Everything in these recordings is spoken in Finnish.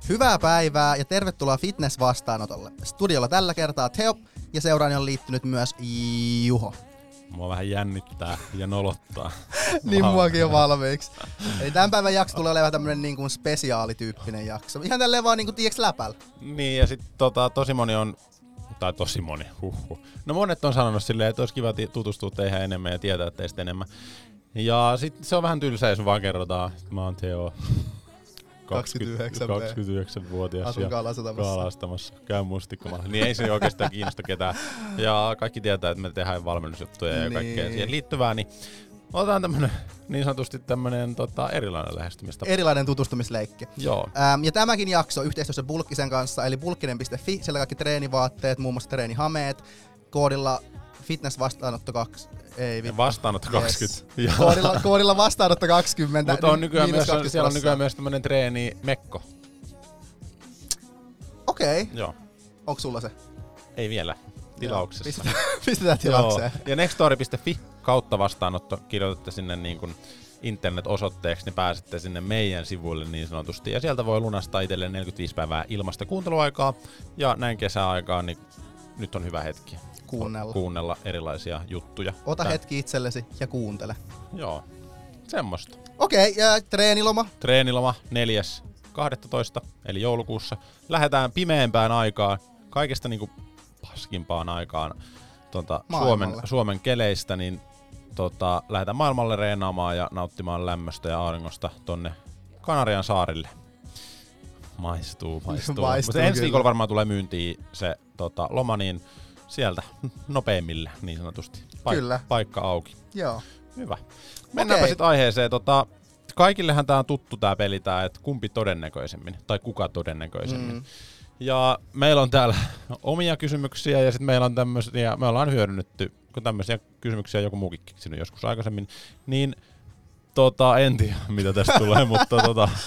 Hyvää päivää ja tervetuloa fitness-vastaanotolle. Studiolla tällä kertaa Teo ja seuraani on liittynyt myös Juho. Mua vähän jännittää ja nolottaa. Niin muakin jo valmiiksi. Eli tämän päivän jakso tulee olemaan tämmönen niin kuin spesiaalityyppinen jakso. Ihan tälleen vaan niin kuin tiiäks läpällä. Niin ja sit tosi moni on, tai tosi moni, No monet on sanonut silleen, että olisi kiva tutustua teihin enemmän ja tietää teistä enemmän. Ja sit se on vähän tylsää, jos vaan kerrotaan, että mä oon Teo. 29-vuotias asun ja Kaalastamassa. Käy mustikkomalla. Niin ei se oikeastaan kiinnosta ketään. Ja kaikki tietää, että me tehdään valmennusjuttuja ja kaikkea siihen liittyvää. Niin otetaan tämmönen niin sanotusti tämmönen erilainen lähestymistä. Erilainen tutustumisleikki. Joo. Ja tämäkin jakso yhteistyössä Bulkkisen kanssa, eli bulkkinen.fi, siellä kaikki treenivaatteet, muun muassa treenihameet, koodilla fitnessvastaanotto 2. Vastaanotto 20. Yes. Koodilla vastaanotto 20. Mutta on nykyään siellä on nykyään myös tämmönen treeni-mekko. Okei. Joo. Onko sulla se? Ei vielä. Tilauksessa. Pistetään tilaukseen. Joo. Ja nextstory.fi kautta vastaanotto kirjoitatte sinne niin kuin internet-osoitteeksi, niin pääsette sinne meidän sivuille niin sanotusti. Ja sieltä voi lunastaa itselleen 45 päivää ilmasta kuunteluaikaa. Ja näin kesäaikaa, niin nyt on hyvä hetki. Kuunnella erilaisia juttuja. Ota hetki itsellesi ja kuuntele. Joo, semmoista. Okei, ja treeniloma? Treeniloma 4.12. eli joulukuussa. Lähdetään aikaan, kaikesta niinku paskimpaan aikaan Suomen keleistä, niin lähdetään maailmalle reenaamaan ja nauttimaan lämmöstä ja auringosta tonne Kanarian saarille. Maistuu. Mutta ensi viikolla varmaan tulee myyntiin se loma, niin sieltä nopeimmille niin sanotusti. Kyllä. Paikka auki. Joo. Hyvä. Mennäänpä sitten aiheeseen. Kaikillehän tää on tuttu tää peli, että kumpi todennäköisemmin, tai kuka todennäköisemmin. Ja meillä on täällä omia kysymyksiä ja sitten meillä on tämmöisiä, me ollaan hyödynnetty, kun tämmöisiä kysymyksiä joku muukin keksinyt joskus aikaisemmin, niin en tiedä mitä tästä tulee, mutta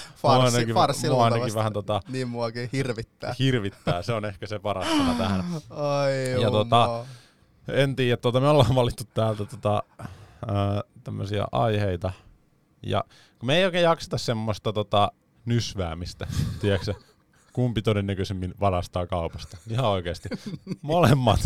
mua ainakin vähän niin muakin hirvittää. Hirvittää, se on ehkä se paras sana tähän. Ai ja en tiedä, me ollaan valittu täältä tämmöisiä aiheita. Ja kun me ei oikein jakseta semmoista nysväämistä, tiedätkö kumpi todennäköisemmin varastaa kaupasta. Ihan oikeesti. Molemmat.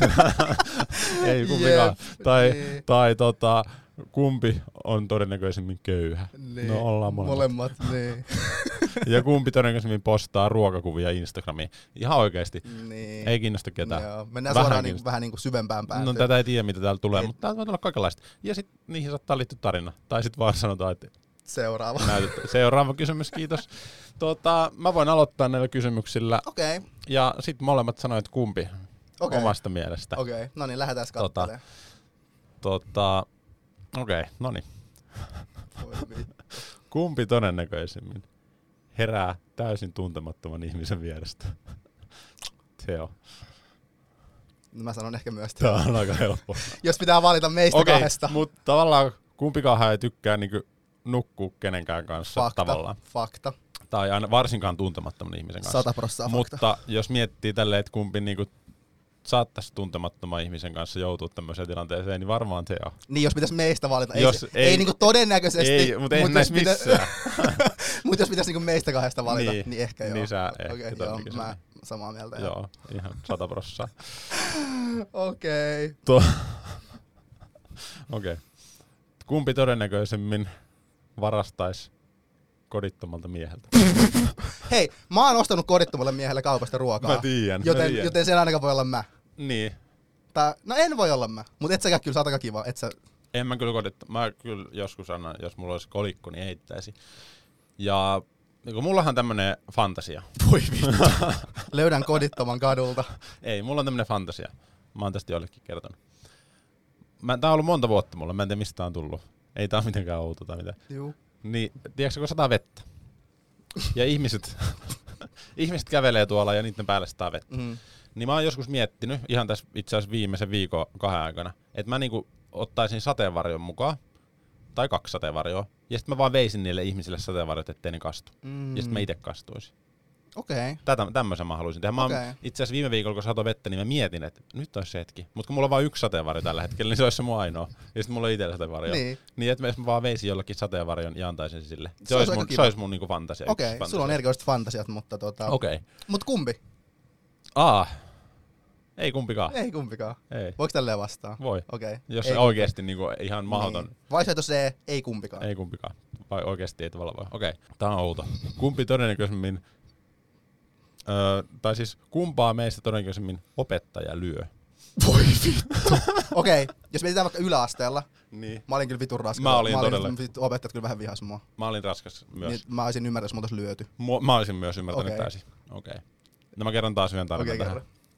Ei kumpikaan. Tai kumpi on todennäköisemmin köyhä. Niin. No ollaan molemmat. Niin. Ja kumpi todennäköisemmin postaa ruokakuvia Instagramiin. Ihan oikeesti. Niin. Ei kiinnosta ketään. Joo. Mennään suoraan vähän niin kuin syvempään päätyyn. No tätä ei tiedä mitä täällä tulee, mutta täältä voi tulla kaikenlaista. Ja sit niihin saattaa liittyä tarina. Tai sit vaan sanotaan, että Seuraava kysymys, kiitos. Mä voin aloittaa näillä kysymyksillä. Okei. Ja sit molemmat sanoit kumpi omasta mielestä. Okei, no niin, lähdetään katselemaan. Okei, no niin. Kumpi todennäköisemmin herää täysin tuntemattoman ihmisen vierestä? Teo. No mä sanon ehkä myös Teo. Tää on aika helppo. Jos pitää valita meistä kahdesta. Mutta tavallaan kumpikaan ei tykkää niinku nukkuu kenenkään kanssa tavallaan. Fakta. Tai aina varsinkaan tuntemattoman ihmisen kanssa. 100% fakta. Mutta jos miettii tälleen, että kumpi niinku saattaisi tuntemattoman ihmisen kanssa joutua tämmöiseen tilanteeseen, niin varmaan Teo. Niin, jos pitäisi meistä valita. Ei niinku todennäköisesti. Ei, mutta ei näissä missään. Mutta jos pitäisi niinku meistä kahdesta valita, niin ehkä joo. Niin sä ehkä joo, mä samaa mieltä. Joo, ihan 100%. Okei. Okei. Kumpi todennäköisemmin varastaisi kodittomalta mieheltä? Hei, mä oon ostanut kodittomalle miehelle kaupasta ruokaa. Mä tiedän. Joten sen ainakaan voi olla mä. Niin. No en voi olla mä, mutta et säkään kyllä, sä oot aika kiva. En mä kyllä mä kyllä joskus annan, jos mulla olisi kolikko, niin heittäisi. Ja niin mullahan tämmönen fantasia. Voi vittu. Löydän kodittoman kadulta. Ei, mulla on tämmönen fantasia. Mä oon tästä jollekin kertonut. Tää on ollut monta vuotta mulla, mä en tiedä mistä tää on tullut. Ei tää ole mitenkään outo tai mitään. Juu. Niin, tiedätkö kun sataa vettä? Ja ihmiset kävelee tuolla ja niiden päälle sataa vettä. Niin mä oon joskus miettinyt, ihan tässä itse asiassa viimeisen viikon 2 aikana, että mä niinku ottaisin sateenvarjon mukaan, tai 2 sateenvarjoa, ja sit mä vaan veisin niille ihmisille sateenvarjot, ettei ne kastu. Ja sit mä ite kastuisin. Okei. Tämmöisen mä haluaisin tehdä. Mä itse asiassa viime viikolla, kun satoi vettä, niin mä mietin, että nyt olisi se hetki. Mutta kun mulla on vain yksi sateenvarjo tällä hetkellä, niin se olisi se mun ainoa. Ja sitten mulla on itsellä sateenvarjo. Niin että mä vaan veisin jollakin sateenvarjon ja antaisin sen sille. Se olisi mun niinku fantasia. Okei, sulla on erikoiset fantasiat, mutta Mut kumpi? Ei kumpikaan. Ei kumpikaan. Ei. Voiko tälleen vastaa? Voi. Okei. Jos se oikeesti niinku ihan mahdoton. Niin. Vaihtoehto C, ei kumpikaan. Ei kumpikaan. Vai oikeesti ei tavallaan voi. Okei. Tää on outo. Kumpi todennäköisemmin, tai siis kumpaa meistä todennäköisemmin opettaja lyö? Voi vittu. Okei, jos mietitään vaikka yläasteella, niin. Mä olin kyllä vitun raskas. Mä olin todella. Opettajat kyllä vähän vihas mua. Mä olin raskas myös. Niin, mä olisin ymmärtänyt, jos mut olisi lyöty. Mä olisin myös ymmärtänyt täysin. Okei. No mä kerron taas yhden tarinan tähän.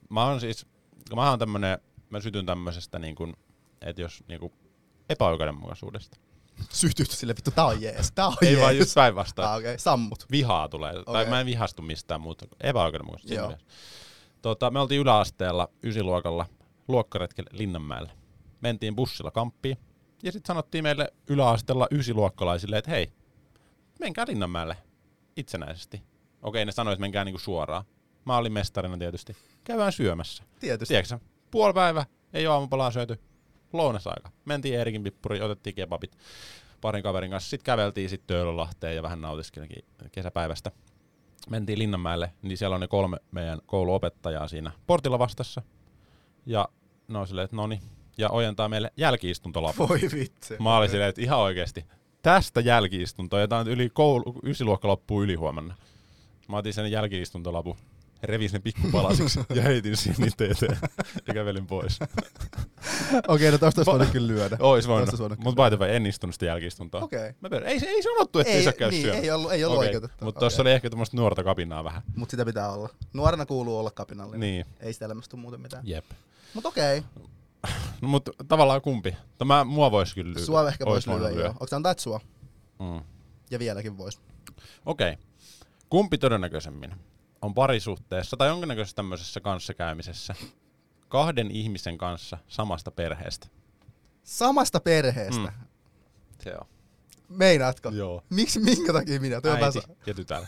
Mä sytyn tämmöisestä niinku, että jos niinku epäoikeudenmukaisuudesta. Sytyt sille vittu, tää on jees. Ei vaan just päinvastaan. Okei, sammut. Vihaa tulee. Tai mä en vihastu mistään muuta. Epäoikeudenmukaisuudesta. Me oltiin yläasteella 9-luokalla luokkaretkellä Linnanmäelle. Mentiin bussilla kamppiin. Ja sitten sanottiin meille yläasteella 9-luokkalaisille, että hei, menkää Linnanmäelle itsenäisesti. Okei, ne sanoi, että menkää niinku suoraan. Mä olin mestarina tietysti. Käydään syömässä. Tietysti. Tiedätkö, puolipäivä, ei ole aamupalaa syöty. Lounasaika. Mentiin Eerikin pippuriin, otettiin kebabit parin kaverin kanssa. Sitten käveltiin Töölönlahteen ja vähän nautiskelinkin kesäpäivästä. Mentiin Linnanmäelle, niin siellä on ne 3 meidän kouluopettajaa siinä portilla vastassa. Ja ne on silleen, että noni. Ja ojentaa meille jälki-istuntolappu. Voi vitsi. Mä olin silleen, että ihan oikeesti. Tästä jälki-istuntoa, ja tää on 9-luokka loppuu ylihuomenna. Mä otin sen jälki-istuntolapun, revisin ne pikkupalasiksi ja heitin siihen niitä eteen ja kävelin pois. Okei, no tosta olisi voinut kyllä lyödä. Ois voinut, mutta by the way, en istunut sitä jälki-istuntoa. Okei. Ei sanottu, että ei saa käydä syömään. Ei ollut oikeutettu. Mutta tossa oli ehkä tämmöistä nuorta kapinaa vähän. Mut sitä pitää olla. Nuorena kuuluu olla kapinallinen. Niin. Ei sitä elämästä tule muuten mitään. Jep. Mut okei. No mut tavallaan kumpi? Mua vois kyllä lyödä. Sua ehkä vois lyödä, joo. Onko sä antaa, että sua? Ja vieläkin vois. Okei. Kumpi todennäköisemmin on parisuhteessa tai jonkinnäköisessä tämmöisessä kanssakäymisessä 2 ihmisen kanssa samasta perheestä? Samasta perheestä? Se on. Meinaatko? Joo. Minkä takia minä? Äiti ja tytär.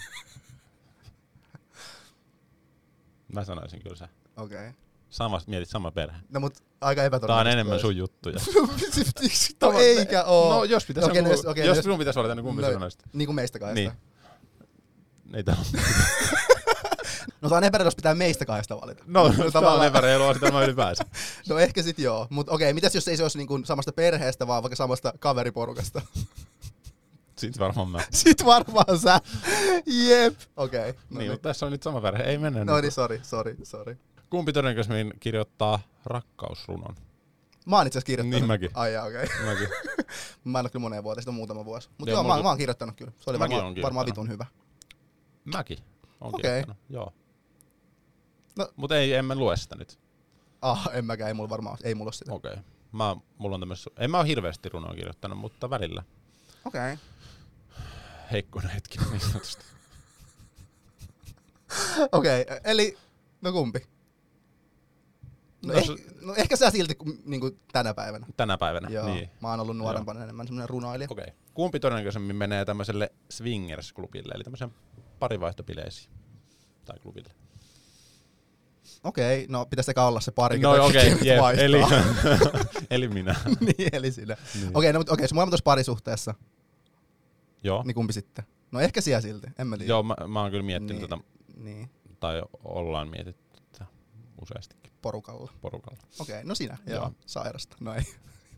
Mä sanoisin kyllä se. Okei. Mietit sama perhe. No mut aika epätodennäköistä. Tää on enemmän sun juttuja. No eikä oo. No jos pitäis jos sinun pitäis valita, niin kumpi sä sanoisit? Niinku meistä kahdesta. Niin. Ei tää on. No tää on epäreilu, jos pitää meistä kahdesta valita. No tää on epäreilua sitä mä ylipäänsä. No ehkä sit joo. Mut okei, mitäs jos ei se olisi niinku samasta perheestä, vaan vaikka samasta kaveriporukasta? Sit varmaan mä. Sit varmaan sä. Jep. Okei. Niin, mutta tässä on nyt sama perhe. Ei mennä. No niin, sori. Kumpi todennäköisemmin kirjoittaa rakkausrunon? Mä oon itse asiassa kirjoittanut. Niin mäkin. Ai okei. Mäkin. Mä en oo kyllä moneen vuoteen, sitä on muutama vuosi. Mut joo, mä oon kirjoittanut kyllä. Se oli varmaan vitun hyvä. Mäkin oon kirjoittanut, joo. No. Mut en mä lue sitä nyt. En mäkään, ei mulla oo sitä. Okei. Mulla on tämmössä, en mä oo hirveästi runoa kirjoittanut, mutta välillä. Okei. Heikkoinen hetki niin sanotusti. Okei, eli no kumpi? No ehkä sä silti niinku tänä päivänä. Tänä päivänä, joo, niin. Mä oon ollut nuorempana enemmän semmonen runoilija. Okei. Kumpi todennäköisemmin menee tämmöiselle swingers-klubille, eli tämmöisen parivaihtopileisiin tai klubille? Okei, no pitäis eka olla se pari, no okei, eli minä. Niin, eli sinä. Niin. Okei, sun molemmat ois parisuhteessa. Joo. Niin kumpi sitten? No ehkä siellä silti, en mä tiedä. Joo, mä oon kyllä miettinyt niin. tätä. Niin. Tai ollaan mietitty tätä useastikin. Porukalla. Okei, no sinä. Joo. Sairasta. No ei.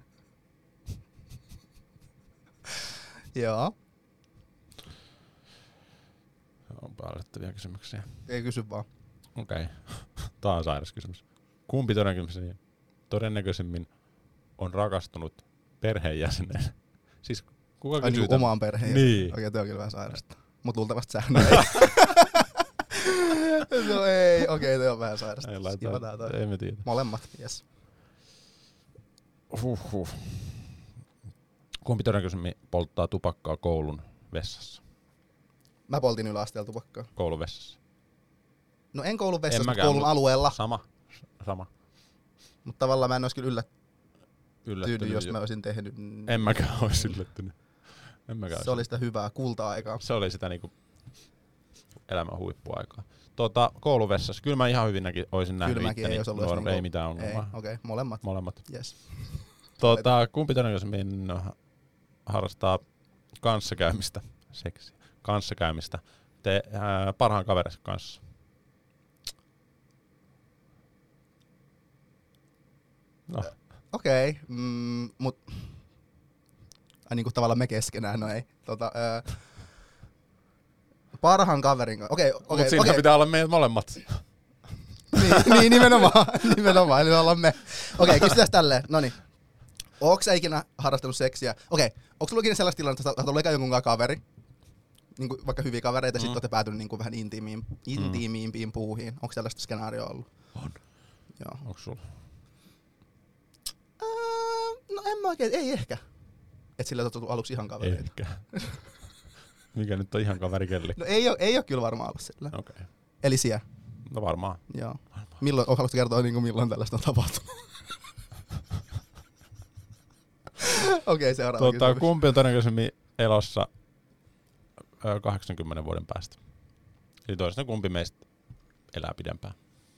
Joo. On päällekkäviä kysymyksiä. Ei kysy vaan. Okei. Tää on sairas kysymys. Kumpi todennäköisemmin on rakastunut perheenjäseneen? Siis kuka kysyy niin omaan perheen? Niin. Okei, toi on kyllä vähän sairasta. Mut luultavasti sä. No ei. No ei, okei, toi on vähän sairasta. Ei me tiedä. Molemmat, jes. Kumpi todennäköisemmin polttaa tupakkaa koulun vessassa? Mä poltin yläasteella tupakkaa. Koulun vessassa? No en koulun vessassa, mutta koulun alueella. Sama. Mutta tavallaan mä en ois kyllä yllättynyt, jos mä olisin tehnyt. En mäkään ois yllättynyt. Se oli sitä hyvää kulta-aikaa. Se oli sitä niinku, elämän huippuaikaa. Kouluvessassa, kyllä mä ihan hyvin olisin nähnyt itteni. Ei mitään ongelmaa. Okei, molemmat. Yes. Kumpi todennäköisemmin harrastaa kanssakäymistä, seksiä, kanssakäymistä parhaan kaverissa kanssa? No. Okei, mut niinku tavallaan me keskenään, no ei. Parhaan kaverin kanssa. Okei. Mut siinä pitää olla meidät molemmat. niin, nimenomaan, eli ollaan me. Okei, kysytään tälleen, noniin. Ootko sä ikinä harrastanut seksiä? Okei, onko sulla ikinä sellaista tilannetta, että sä oot jonkun kanssa kaveri? Niinku vaikka hyviä kavereita, ja sit ootte päätynyt niinku vähän intiimiimpiin puuhiin. Onko sellaista skenaarioa ollut? On. Joo. Onko sulla? No en mä oikein, ei ehkä. Et sillä oot tullut aluksi ihan kavereita. Ehkä. Mikä nyt on ihan kaveri kelli? No ei oo kyllä varmaan ollut sillä. Okei. Okay. Eli siellä? No varmaan. Joo. Milloin, haluatko kertoa milloin tällaista on tapahtunut? Okei, seuraava kysymys. Kumpi on todennäköisemmin elossa 80 vuoden päästä? Eli toisaalta kumpi meistä elää pidempään?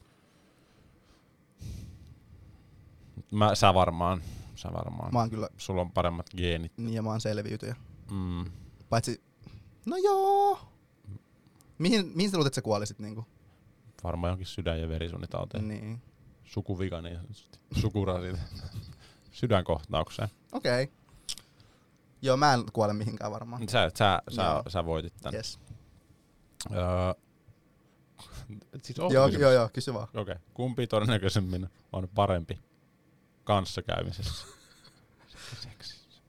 Sä varmaan. Mä oon kyllä. Sulla on paremmat geenit. Niin, ja mä oon selviytyjä. Paitsi, no joo. Mihin sä luulet, että sä kuolisit niinku? Varmaan johonkin sydän- ja verisuonitauteen. Niin. Sukuvika niin sanotusti. Sukurasit. Sydänkohtaukseen. Okei. Joo, mä en kuole mihinkään varmaan. Sä voitit tän. Yes. Siis joo, kysy vaan. Okei. Kumpi todennäköisemmin on parempi kanssakäymisessä? Seksissä.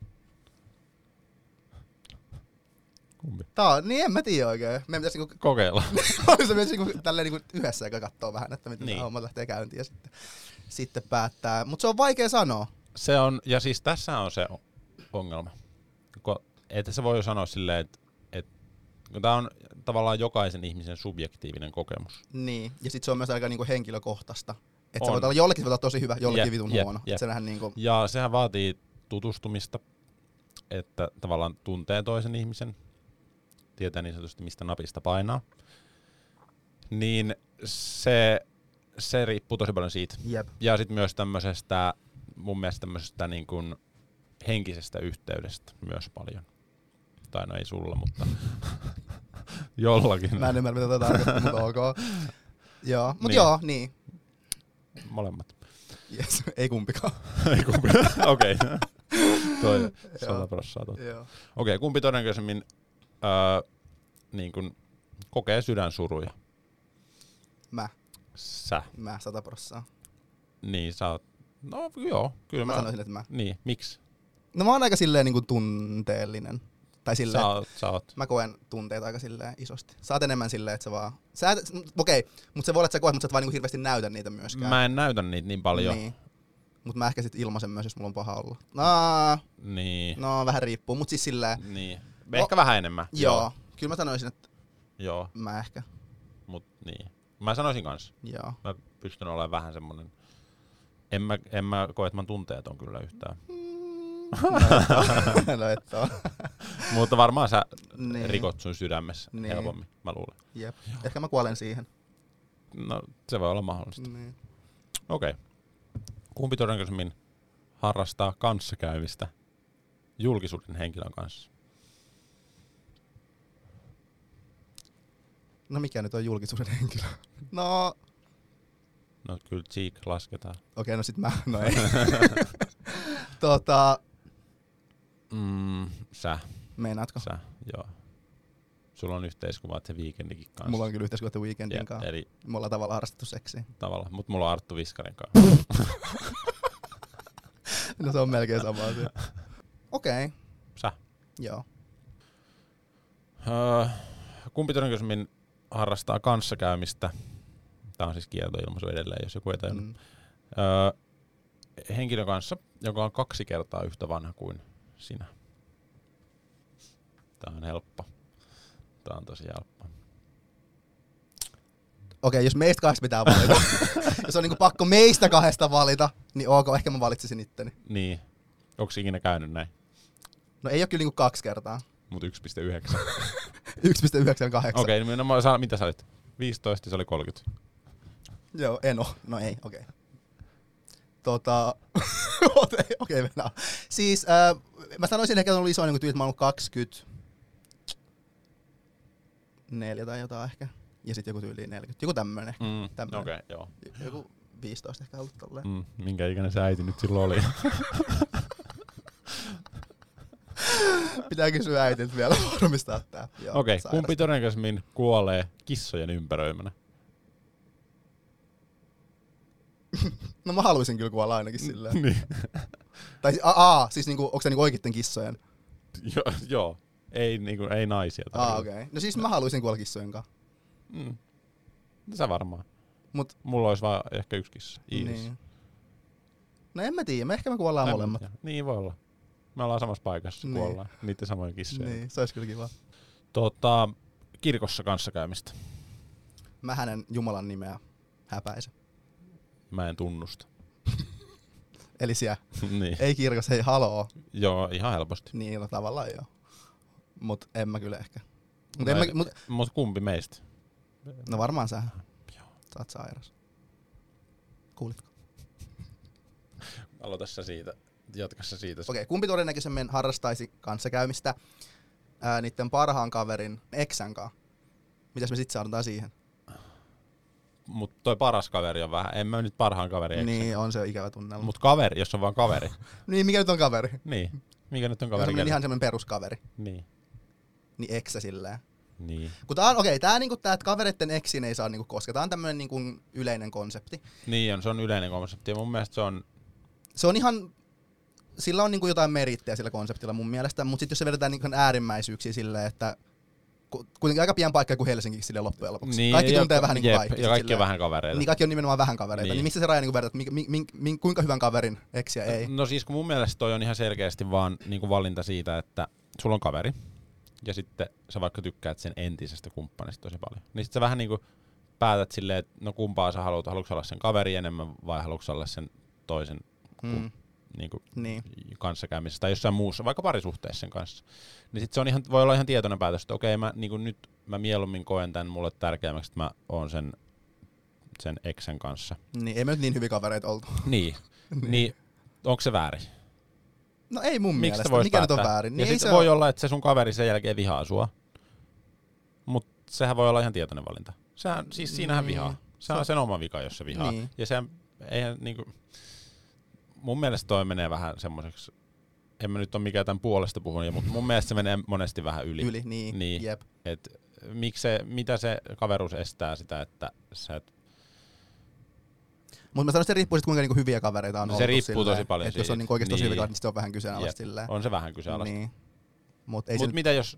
Kumpi? Niin en mä tiedä oikein. Me pitäis niinku kokeilla. Se pitäis niinku tälleen niinku yhdessä eikä kattoo vähän, että miten homma lähtee käyntiin ja sitten päättää. Mut se on vaikea sanoa. Se on, ja siis tässä on se ongelma. Että se voi sanoa silleen, että tämä on tavallaan jokaisen ihmisen subjektiivinen kokemus. Niin, ja sit se on myös aika niinku henkilökohtaista. Että se voi olla jollekin voi olla tosi hyvä, jollekin vitun huono. Niinku ja sehän vaatii tutustumista, että tavallaan tuntee toisen ihmisen, tietää niin sanotusti mistä napista painaa. Niin se riippuu tosi paljon siitä. Jep. Ja sit myös tämmöisestä, mun mielestä tämmöisestä niin kuin henkisestä yhteydestä myös paljon. Tai no ei sulla, mutta jollakin. Mä en ymmärrä mitä tätä tarkoittaa, mutta ok. Joo, mut niin. Joo, niin. Molemmat. Yes, ei kumpikaan. Ei kumpikaan, okei. Toi 100%. Okei, kumpi todennäköisemmin niin kun kokee sydänsuruja? Mä. Sä. Mä 100%. Niin, sä oot. No joo, kyllä mä sanoisin, että mä. Niin, miksi? No mä oon aika silleen niin kuin tunteellinen. Tai silleen, sä oot. Mä koen tunteita aika silleen isosti. Sä oot enemmän silleen, että sä vaan. Okei, mutta se voi olla, että sä koet, mutta sä et vaan niin hirveästi näytä niitä myöskään. Mä en näytä niitä niin paljon. Niin. Mut mä ehkä sit ilmaisen myös, jos mulla on paha olla. Niin. No vähän riippuu, mut siis silleen. Niin. Ehkä vähän enemmän. Joo. Kyllä mä sanoisin, että joo. Mä ehkä. Mut niin. Mä sanoisin kans. Joo. Mä pystyn olemaan vähän semmonen. En mä koe, että mä tunteeton kyllä yhtään. No et oo. Mutta varmaan sä rikot sun sydämessä helpommin, mä luulen. Jep. Ehkä mä kuolen siihen. No, se voi olla mahdollista. Niin. Okei. Kumpi todennäköisemmin harrastaa kanssakäymistä julkisuuden henkilön kanssa? No mikä nyt on julkisuuden henkilö? No kyllä Cheek lasketaan. Okei, no sit mä, no ei. Sä. Meinaatko? Sä, joo. Sulla on yhteiskuvat se Weekendikin kanssa. Mulla on kyllä yhteiskuvat Weekendin kanssa. Eli me ollaan tavallaan harrastettu seksiä. Tavallaan, mut mulla on Arttu Viskarin kanssa. No se on melkein sama asia. Okei. Sä. Joo. Kumpi todennäköisemmin harrastaa kanssakäymistä? Tää on siis kieltoilmaisu edelleen, jos joku ei tajunnut. Henkilön kanssa, joka on 2 kertaa yhtä vanha kuin sinä. Tää on helppo. Tää on tosi helppo. Okei, jos meistä 2 pitää valita, jos on niinku pakko meistä 2 valita, niin ok, ehkä mä valitsisin itteni. Niin. Onko ikinä käynyt näin? No ei oo kyllä niinku 2 kertaa. Mut 1,9. 1,98. Okei, no mitä sä olit? 15, se oli 30. Joo, no ei, okei. Okei, mennään. Siis mä sanoisin ehkä, että on ollut iso niin tyyli, että mä oon ollut 24 tai jotain ehkä. Ja sit joku tyyli 40. Joku tämmönen ehkä. Okei, joo. Joku 15 ehkä ollut tolleen. Minkä ikäinen se äiti nyt silloin oli? Pitää kysyä äitiltä vielä varmistaa tää. Okei, kumpi todennäköisemmin kuolee kissojen ympäröimänä? No mä haluaisin kyllä kuolla ainakin silleen. Niin. Tai siis niinku, onko se niinku oikeitten kissojen? Joo. Ei naisia. Okei. No siis mä haluaisin kuolla kissojen kanssa. Sä varmaan. Mulla olisi vaan ehkä yksi kissa. Niin. No en mä tiedä, ehkä me kuollaan molemmat. Niin voi olla. Me ollaan samassa paikassa, kuollaan. Niiden samojen kissojen. Niin, se olisi kyllä kiva. Kirkossa kanssakäymistä. Mä hänen Jumalan nimeä häpäisen. Mä en tunnusta. Eli siellä. Niin. Ei kirkos, hei haloo. Joo, ihan helposti. Niin, no tavallaan joo. Mut en mä kyllä ehkä. Mut kumpi meistä? No varmaan sä. Joo. Sä oot sairas. Kuulitko? Aloita sä siitä. Jatka sä siitä. Okei, kumpi todennäköisemmin harrastaisi kanssakäymistä niitten parhaan kaverin eksän kanssa? Mitäs me sit saadaan siihen? Mut toi paras kaveri on vähän. En mä nyt parhaan kaveri eksä. Niin, on se ikävä tunnelma. Mut kaveri, jos on vaan kaveri. Niin, mikä nyt on kaveri? Niin. Mikä nyt on kaveri? Ihan semmonen peruskaveri. Niin. Niin eksä silleen. Niin. Kun tää on, tää niinku tää, että kavereitten eksiin ei saa niinku koskea. Tää on tämmönen niinku yleinen konsepti. Niin se on yleinen konsepti ja mun mielestä se on ihan, sillä on niinku jotain merittejä sillä konseptilla mun mielestä, mutta sit jos se vedetään niinku äärimmäisyyksiä silleen, että kuitenkin aika pian paikka kuin Helsinki silleen loppujen lopuksi. Niin, kaikki tuntee vähän niinku kaikki. Ja kaikki on vähän kavereita. Niin kaikki on nimenomaan vähän kavereita. Niin missä se raja niinku vedät, kuinka hyvän kaverin eksiä ei? No siis kun mun mielestä toi on ihan selkeästi vaan niinku valinta siitä, että sulla on kaveri. Ja sitten sä vaikka tykkäät sen entisestä kumppanista tosi paljon. Niin sit sä vähän niinku päätät silleen, että no kumpaa sä haluat. Haluatko olla sen kaveri enemmän vai haluatko olla sen toisen kanssakäymisessä tai jossain muussa, vaikka parisuhteessa sen kanssa. Niin sit se on voi olla ihan tietoinen päätös, että okei, nyt mä mieluummin koen tän mulle tärkeämmäksi, että mä oon sen eksän kanssa. Niin, ei me nyt niin hyviä kavereita oltu. Niin. Niin, onko se väärin? No ei mun mielestä. Mikä nyt on väärin? Niin ja sit voi olla, että se sun kaveri sen jälkeen vihaa sua. Mut sehän voi olla ihan tietoinen valinta. Siinähän vihaa. Se on sen oma vika, jos se vihaa. Niin. Ja sehän eihän niinku mun mielestä toi menee vähän semmoiseksi, en mä nyt ole mikään tämän puolesta puhunut, mutta mun mielestä se menee monesti vähän yli. Niin. Jep. Et mitä se kaveruus estää sitä, että sä et... Mutta mä sanoin, että se riippuu siitä, kuinka niinku hyviä kavereita on ollut. Se riippuu tosi paljon siitä. Jos on niinku oikeasti tosi hyviä kavereita, niin sitten on vähän kyseenalaista silleen. On se vähän kyseenalaista. Niin. Mut mitä jos,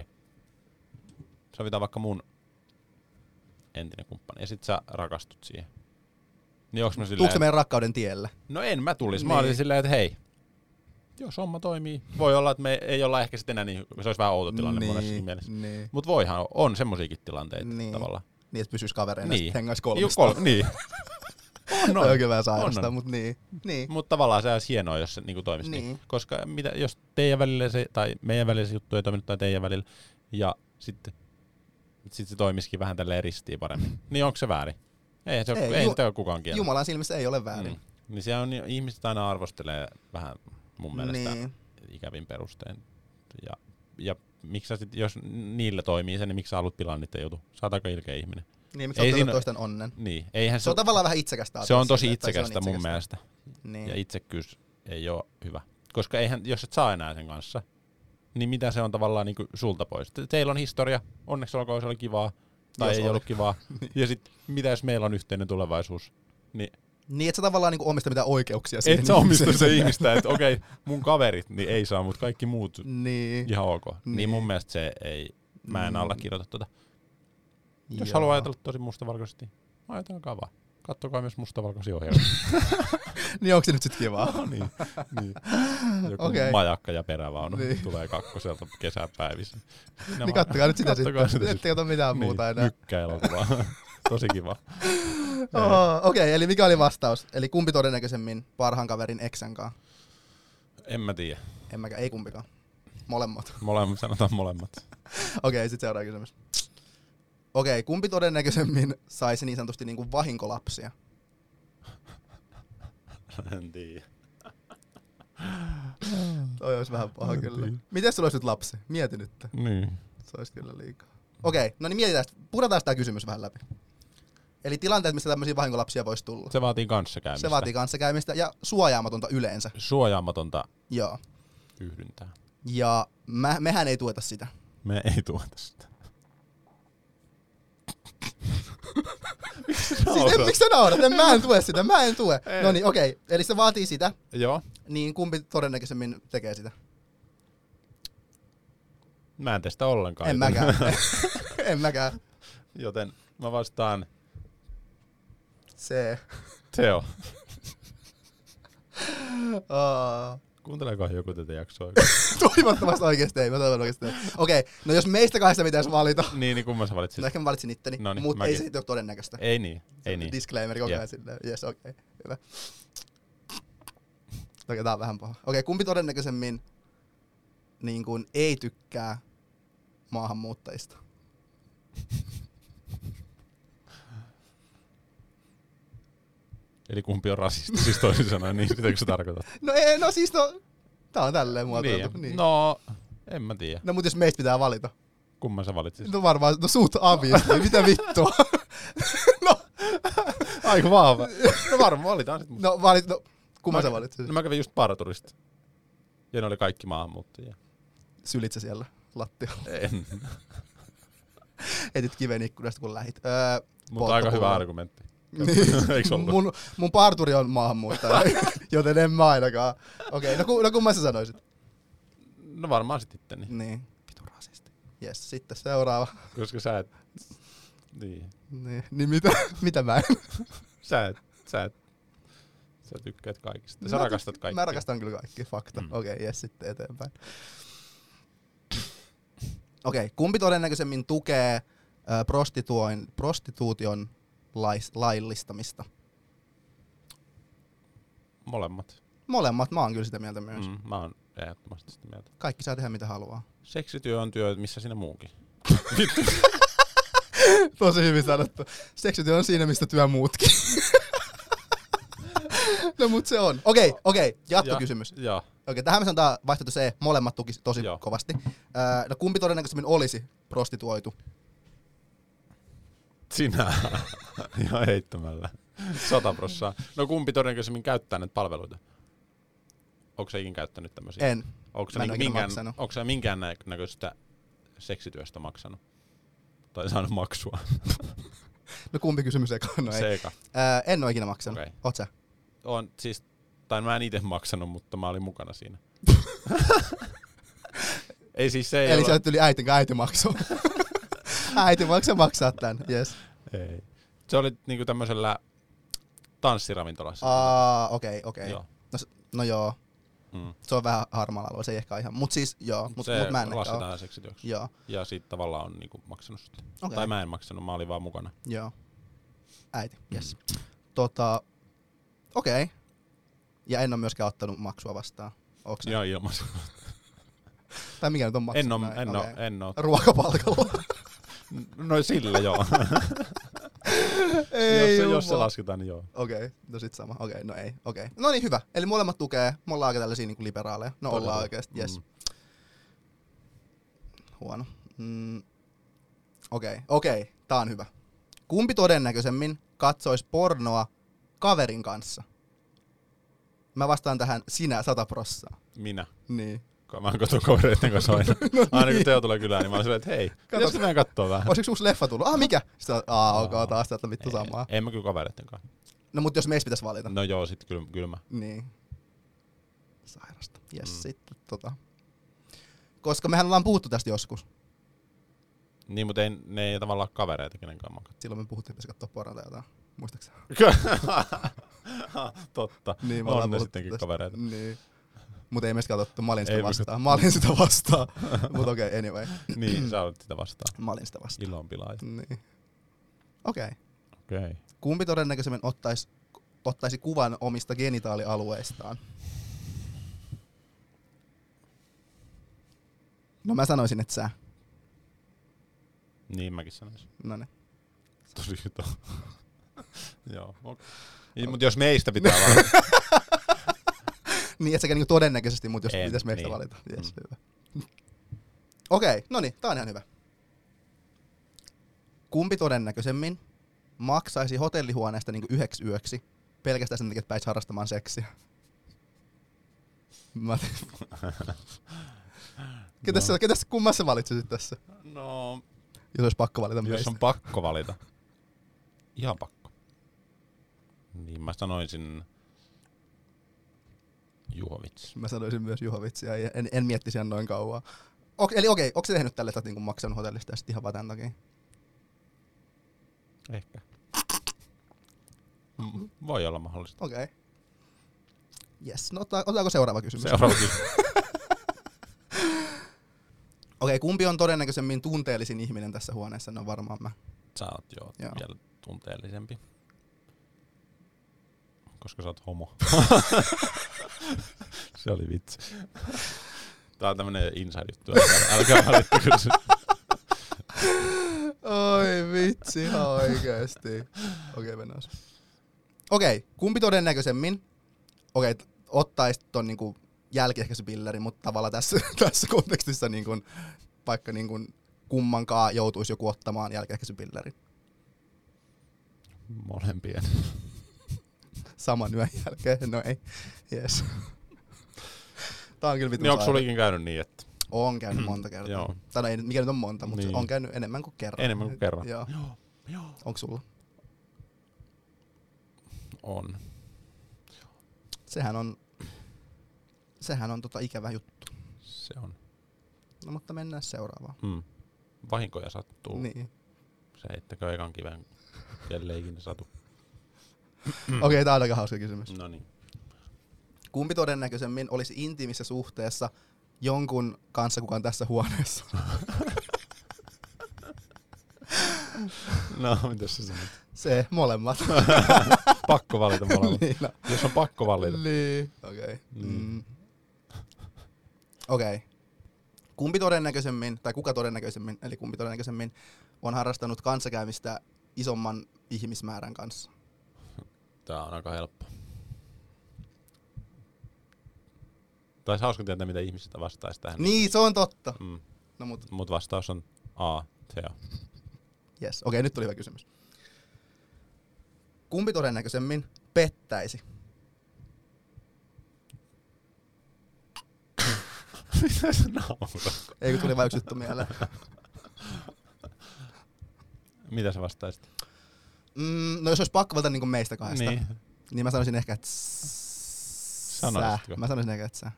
sovitaan vaikka mun entinen kumppani ja sit sä rakastut siihen. Niin onks mä silleen... Tuutko meidän rakkauden tielle? No en mä tulis. Mä olin silleen, että hei, jos homma toimii. Voi olla, että me ei olla ehkä sitten enää niin, se olisi vähän outo tilanne monessakin mielessä. Niin. Mut voihan, on semmosiakin tilanteita tavallaan. Niin, että pysyis kavereina ja hengais kolmista. Niin. On oikein vähän sairasta, mut niin. Mut tavallaan se olisi hienoa, jos se niinku toimisi niin. Koska jos teidän välillä se, tai meidän välillä se juttu ei toiminut, tai teidän välillä, ja sitten se toimisikin vähän tälleen ristiin paremmin. Niin onko se väärin? Ei sitä ole kukaan kiellä. Jumalan silmissä ei ole väärin. Niin se on, ihmiset aina arvostelee vähän mun mielestä ikävin perustein. Ja miksi sä sit, jos niillä toimii se, niin miksi sä haluat pilaa niiden jutu? Sä oot aika ilkeä ihminen. Niin, miksi ottaa toisten onnen? Niin. Se on tavallaan vähän itsekästä. Se on tosi itsekästä mun mielestä. Niin. Ja itsekkyys ei ole hyvä. Koska jos et saa enää sen kanssa, niin mitä se on tavallaan niin kuin sulta pois? Teillä on historia, onneksi olkoon se oli kivaa. Tai ei ollut kivaa. Ja sit mitä jos meillä on yhteinen tulevaisuus? Niin, et sä tavallaan niinku omista mitään oikeuksia siihen. Et sä omista se ihmistä, että okei, mun kaverit niin ei saa, mutta kaikki muut ihan ok. Niin mun mielestä se ei, mä en allekirjoita tuota. Jos haluaa ajatella tosi mustavalkoisesti, ajatelkaa vaan. Kattokaa myös mustavalkoisia ohjelmia. Niin onko se nyt sit kivaa? No niin. Joku majakka ja perävaunu tulee kakkoselta kesäpäivissä. Niin kattokaa nyt sitä sitten. Ette kato mitään muuta enää. Mykkäelokuvaa. Tosi kiva. Okei, eli mikä oli vastaus? Eli kumpi todennäköisemmin parhaan kaverin eksän kanssa? En mä tiedä. Ei kumpikaan. Molemmat. Sanotaan molemmat. Okei, sit seuraava kysymys. Okei, kumpi todennäköisemmin saisi niin sanotusti niinku vahinkolapsia? En tiedä. Toi olisi vähän paha kyllä. Miten sulla olisi nyt lapsi? Mieti nyt. Niin. Se olisi kyllä liikaa. Okei, no niin mietitään. Puretaan tämä kysymys vähän läpi. Eli tilanteet, missä tämmöisiä vahinkolapsia voisi tulla. Se vaatii kanssakäymistä. Se vaatii kanssakäymistä ja suojaamatonta yleensä. Suojaamatonta Joo. yhdyntää. Ja mehän ei tueta sitä. Me ei tuota sitä. Miksi sä naurat? Mä en tue sitä, mä en tue. No niin, okei. Eli se vaatii sitä. Joo. Niin kumpi todennäköisemmin tekee sitä? Mä en testa ollenkaan. En mäkään. En mäkään. Joten mä vastaan Se. Teo. Kuunteleeko joku tätä jaksoa? Toivottavasti oikeesti ei. Mä toivon oikeesti ei. Okei, no jos meistä kahdesta pitäisi valita. Niin kumman sä valitsit? No ehkä mä valitsin itteni, mutta ei se sitten ole todennäköistä. Ei niin. Disclaimer koko ajan silleen. Jes, okei. Hyvä. Okei, tää on vähän paha. Okei, kumpi todennäköisemmin niin kuin ei tykkää maahanmuuttajista? Eli kumpi on rasisti, siis toisin sanoen, niin sitäkö sä tarkoitat? No siis tää on tälleen muotoiltu. Niin. No, en mä tiedä. No mut jos meistä pitää valita. Kumman sä valitsit? No varmaan, sut obviously, mitä vittua? No. Aika vahva. No varmaan valitaan sit. Kumman sä valitsit? No mä kävin just parturista. Ja ne oli kaikki maahanmuuttajia. Sylit sä siellä lattialla? En. Etit kiven ikkunasta kun lähit. Mutta aika hyvä argumentti. Niin. Eiks ollut? Mun parturi on maahanmuuttaja, joten en mä ainakaan. Okei, no kumman sä sanoisit? No varmaan sit itteni. Niin. Vitu rasisti. Jes, sitten seuraava. Koska sä et... Niin mitä mä en? Sä tykkäät kaikista. Sä rakastat kaikkia. Mä rakastan kyllä kaikki, fakta. Okei, jes, sitten eteenpäin. Okei, kumpi todennäköisemmin tukee prostituution laillistamista? Molemmat, mä oon kyllä sitä mieltä myös. Mä oon ehdottomasti sitä mieltä. Kaikki saa tehdä mitä haluaa. Seksityö on työ, missä sinä muukin. Tosi hyvin sanottu. Seksityö on siinä, mistä työ muutkin. No mut se on. Okei, jatkokysymys. Okei, tähän me sanotaan vaihtoehto C, molemmat tukisi tosi kovasti. No kumpi todennäköisemmin olisi prostituoitu? Sinä. Ihan heittämällä. 100%. No kumpi todennäköisemmin käyttää näitä palveluita? Onko sä ikin käyttänyt tämmöisiä? En. Onko sä minkään näköistä seksityöstä maksanut? Tai saanut maksua? No kumpi kysymys eka? No ei. Se eka. En ole ikinä maksanut. Okay. Oot sä? Mä en itse maksanut, mutta mä olin mukana siinä. Ei siis se ei eli sieltä tuli äiti maksoi. Äiti maksaa tän, jes. Ei. Se oli niinku tämmöisellä tanssiravintolassa. Okei. No joo. Se on vähän harmaalla alueella, se ei ehkä ihan. Mut siis joo, mut mä en lasketaan seksityöksi. Joo. Ja sit tavallaan on niinku maksanut sitä. Okay. Tai mä en maksanut, mä olin vaan mukana. Joo. Äiti, jes. Okei. Ja en ole myöskään ottanut maksua vastaan. Onks joo, ilmaisu. Tai mikä nyt on maksu? En oo. Ruokapalkalla. No sillä joo. Jos se lasketaan, niin joo. Okei, no sit sama. Okei. No niin, hyvä. Eli molemmat tukee. Me ollaan aika tällaisia niinku liberaaleja. No ollaan oikeesti, jes. Huono. Okei. Tää on hyvä. Kumpi todennäköisemmin katsois pornoa kaverin kanssa? Mä vastaan tähän sinä 100%. Minä? Niin. Mä katson kavereiden kanssa aina. No aina kun Teo tulee kylään, niin mä olin silleen, että hei, pitäisikö meidän kattoo vähän? Olisiko uusi leffa tullut? Mikä? Sitten taas täältä vittu samaa. En mä kyllä kavereiden kanssa. No mut jos meistä pitäisi valita. No joo, sit kyllä mä. Niin. Sairasta. Jes, sitten koska mehän ollaan puhuttu tästä joskus. Niin, mutta ne ei tavallaan ole kavereita kenenkään mä katson. Silloin me puhuttiin, että pitäisi katsoa pornoa jotain. Muistaaksä? Totta. Niin, on ne sittenkin kavereita. Niin. Mut ei meistä katsottu, mä olin sitä vastaan. Mut okei, anyway. Niin, sä olet sitä vastaan. Mä olin sitä vastaan. Ilonpilaaja. Niin. Okei. Okay. Kumpi todennäköisemmin ottaisi kuvan omista genitaalialueistaan? No mä sanoisin, että sä. Niin mäkin sanoisin. Noniin. Tosi hyvä. Joo. Okay. Mutta jos meistä pitää valita. Niin, et sekä niinku todennäköisesti, mutta jos pitäisi meistä niin. valita. Yes, hyvä. Okei, no niin, tää on ihan hyvä. Kumpi todennäköisemmin maksaisi hotellihuoneesta niinku 1 yöksi pelkästään sen takia, että pääisi harrastamaan seksiä? Ketäs kummassa valitsisit tässä? No, jos olisi pakko valita meistä. Jos on pakko valita. Ihan pakko. Niin mä sanoisin Juhovits. Mä sanoisin myös Juhovitsia, en miettisi ihan noin kauan. Onko se tehnyt tälle, että olet niinku maksanut hotellista ja sitten ihan vaan tämän takia? Ehkä. Voi olla mahdollista. Okei. Jes, no otetaanko seuraava kysymys? Seuraava kysymys. Okei, kumpi on todennäköisemmin tunteellisin ihminen tässä huoneessa? No varmaan mä. Sä oot vielä tunteellisempi. Koska sä oot homo. Se oli vitsi. Tää on tämmönen inside-juttu. Älkää valittako se. Oi vitsi, ihan oikeesti. Okei, mennään. Okei, kumpi todennäköisemmin ottaisi ton niinku jälkiehkäisypillerin, mutta tavallaan tässä kontekstissa niinku, vaikka niinku kummankaan joutuisi joku ottamaan jälkiehkäisypillerin? Molempien. Saman yön jälkeen? No ei. Yes. Tää on kyllä vitun niin onko sulla ikin käynyt niin, että... On käynyt monta kertaa. Joo. Tai no ei, mikä nyt on monta, mutta niin. On käynyt enemmän kuin kerran. Enemmän kuin kerran. Joo. Joo. Onko sulla? On. Sehän on ikävä juttu. Se on. No mutta mennään seuraavaan. Vahinkoja sattuu. Niin. Se heittäkö ekan kiven, kelle ikinä satu. Okei, tää on aika hauska kysymys. No niin. Kumpi todennäköisemmin olisi intiimissä suhteessa jonkun kanssa, kuka on tässä huoneessa? No, mitäs sä sanot? Se, molemmat. Pakko valita molemmat. Niin, no. Jos on pakko valita. Niin. Okei. Okei. Kumpi todennäköisemmin on harrastanut kanssakäymistä isomman ihmismäärän kanssa? Tää on aika helppo. Taisi hauska tietää, mitä ihmisistä vastaisi tähän. Niin, se on totta. No, mut vastaus on A, Theo. Yes. Okei, nyt tuli hyvä kysymys. Kumpi todennäköisemmin pettäisi? Mitä sä naurat? Ei, kun tuli vaan yksi juttu mieleen. Mitä sä vastaisit? No jos olisi pakko valita niin kuin meistä kahdesta, niin mä sanoisin ehkä, että Sanoisitko? Mä sanoisin ehkä, että sä.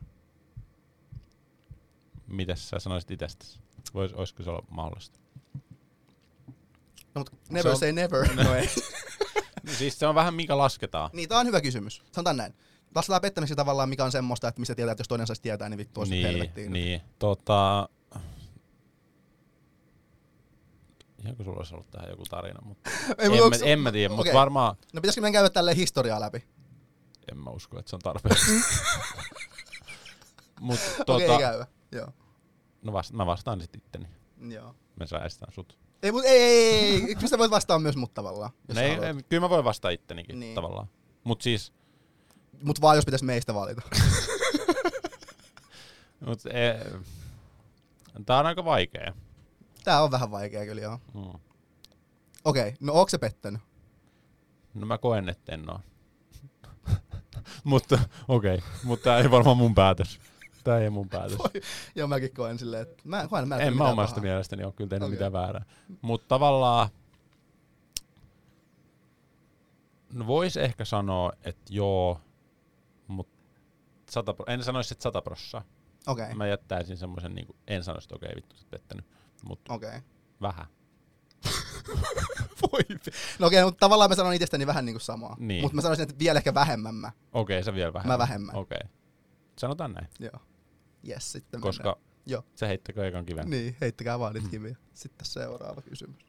Mitäs sä sanoisit itsestäsi? Olisiko se olla mahdollista? No mut never say never. No ei. Siis se on vähän mikä lasketaan. Niin, tää on hyvä kysymys. Sanotaan näin. Lasketaan pettämistä tavallaan, mikä on semmoista, että mistä tietää, että jos toinen saisi tietää, niin vittu olisi helvettiin. Niin. Ihanko sulla olisi ollut tähän joku tarina, mutta en mä tiedä, mutta varmaan... No pitäisikö meidän käydä tälleen historiaa läpi? En mä usko, että se on tarpeeksi. Okei, käyvä. Joo. No mä vastaan sit itteni. Joo. Me säästään sut. Ei. Kyllä sä voit vastaa myös mut tavallaan. Kyllä mä voin vastaa ittenikin niin. Tavallaan. Mut vaan jos pitäis meistä valita. Tää on aika vaikea. Tää on vähän vaikea kyllä, joo. Okei, no ootko sä pettänyt? No mä koen, että en oo. Mutta mutta tää ei varmaan mun päätös. Tää ei mun päätös. Joo, mäkin koen silleen, että en mä omasta mielestäni oo kyllä tehnyt mitään väärää. Mutta tavallaan no vois ehkä sanoa, että joo, mutta en sanoisi, että 100%. Okei. Mä jättäisin semmoisen, niin en sanoisi, että okei, vittu, sä pettänyt. Mutta vähän. No okei, mutta tavallaan mä sanon itsestäni vähän niin kuin samaa. Niin. Mutta mä sanoisin, että vielä ehkä vähemmän mä. Okei, sä vielä vähemmän. Mä vähemmän. Okei. Sanotaan näin. Joo. Jes, sitten koska sä heittäkö ekan kiven. Niin, heittäkää vaan niitä kiviä. Sitten seuraava kysymys.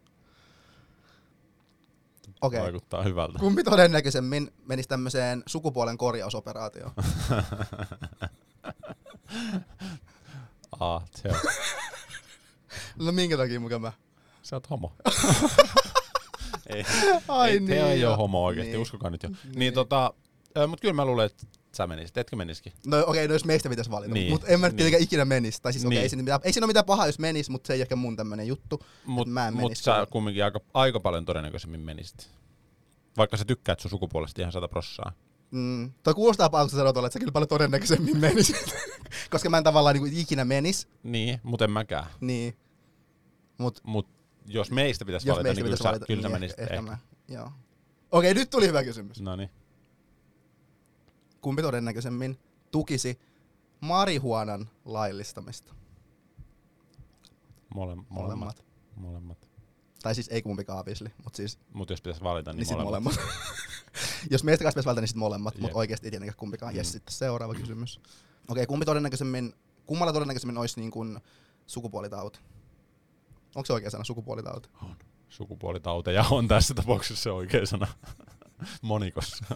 Okei. Vaikuttaa hyvältä. Kumpi todennäköisemmin menisi tämmöiseen sukupuolen korjausoperaatioon? Se on. No minkä takia mukaan mä? Sä oot homo. ei, Ai ei, niin. te ei oo homo oikeesti, Niin. uskokaa nyt jo. Niin mut kyllä mä luulen, että sä menisit, etkö menisikin? No okei, no jos meistä pitäisi valita. Niin. Mut en mä nyt tietenkään ikinä menisi. Tai siis okei, Niin. ei siinä ole mitään pahaa, jos menis, mutta se ei ehkä mun tämmönen juttu. Mut mä en menis. sä kumminkin aika paljon todennäköisemmin menisit. Vaikka sä tykkäät sun sukupuolesta ihan 100%. Toi kuulostaa pahalta, kun sä sanot, että sä kyllä paljon todennäköisemmin menisit. Koska mä en tavallaan niinku ikinä menis. Niin, mut en mäkään. Niin. Mut jos meistä pitäisi valita, niin kyllä sä menisit ehkä. Mä, joo. Okei, nyt tuli hyvä kysymys. Noniin. Kumpi todennäköisemmin tukisi marihuanan laillistamista? Molemmat. Tai siis ei kumpikaan obviously, mutta siis... Mut jos pitäisi valita, niin sit molemmat. Jos meistä kanssa pitäisi valita, niin sit molemmat, mutta Jep. oikeesti ei tietenkään kumpikaan. Jes, sitten seuraava kysymys. Okei, kummalla todennäköisemmin olisi niin kuin sukupuolitauti? Onko se oikea sana, sukupuolitauti? On. Sukupuolitauteja on tässä tapauksessa se oikea sana. Monikossa.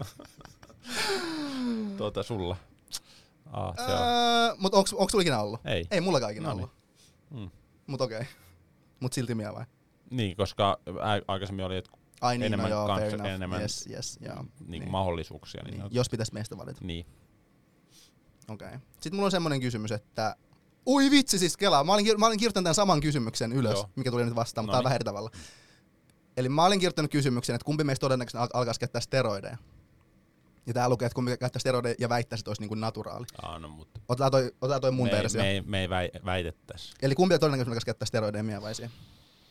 Sulla. Se on. Mutta onko sulla ikinä ollut? Ei. Ei mullakaan ikinä Noniin. ollut. Mut okei. Mut silti mie vai? Niin, koska aikaisemmin oli, että Ai niin, enemmän no joo, fair kanssa, enough. enemmän Yes, joo. niin. mahdollisuuksia. Niin. Jos pitäisi meistä valita. Niin. Okei. Sitten mulla on semmonen kysymys, että... Ui vitsi siis kelaa. Mä olin kirjoittanut tämän saman kysymyksen ylös, Joo. mikä tuli nyt vastaan, mutta tää on Noniin. vähän eri tavalla. Eli mä olin kirjoittanut kysymyksen, että kumpi meistä todennäköisesti alkaisi käyttää steroideja. Ja tää lukee, että kumpi käyttää steroideja ja väittäisi, että olisi niinku naturaali. No, mutta Otetaan toi mun versio. me ei väitettäisi. Eli kumpi todennäköisesti alkaisi käyttää steroideja mie vai siihen?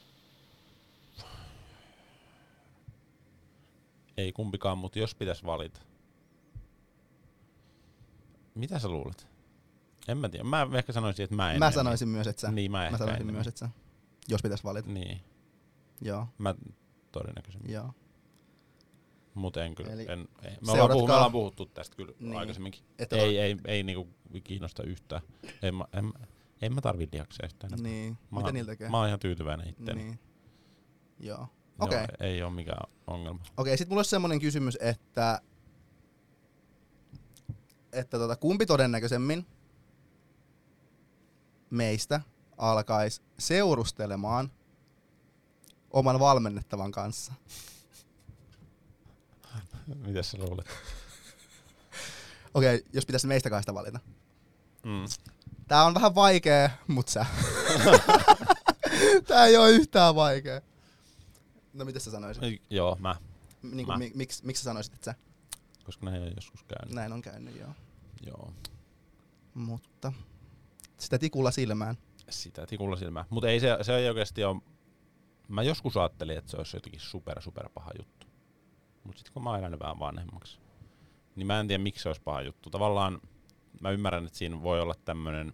Ei kumpikaan, mutta jos pitäisi valita. Mitä sä luulet? En mä tiedä. Mä ehkä sanoisin, että mä en. Mä sanoisin myös, että sä. Niin, mä sanoisin enemmän. myös, että sä. Jos pitäisi valita. Niin. Joo. Mä todennäköisemmin. Joo. Mut en kyllä. Eli Me ollaan puhuttu tästä kyllä niin. aikaisemminkin. Että Ei niinku kiinnosta yhtään. En mä tarvii lihaksia yhtään. Niin. Mitä niillä tekee? Mä oon ihan tyytyväinen itteeni. Niin. Joo. Joo, Okei. ei oo mikään ongelma. Okei, sit mulla olisi semmonen kysymys, että kumpi todennäköisemmin meistä alkaisi seurustelemaan oman valmennettavan kanssa? Mitäs sä luulet? Okei, jos pitäisi meistä kahdesta valita. Mm. Tää on vähän vaikea, mut sä. Tää ei oo yhtään vaikea. No mitä sä sanoisit? Joo, mä. Miksi sä sanoisit, että sä? Koska näin on joskus käynyt. Näin on käynyt, joo. Joo. Mutta sitä tikulla silmään. Sitä tikulla silmään. Mutta ei se ei oikeesti oo... Mä joskus ajattelin, että se olisi jotenkin super paha juttu. Mut sit kun mä oon elänyt vähän vanhemmaksi, niin mä en tiedä miksi se olisi paha juttu. Tavallaan mä ymmärrän, että siinä voi olla tämmönen...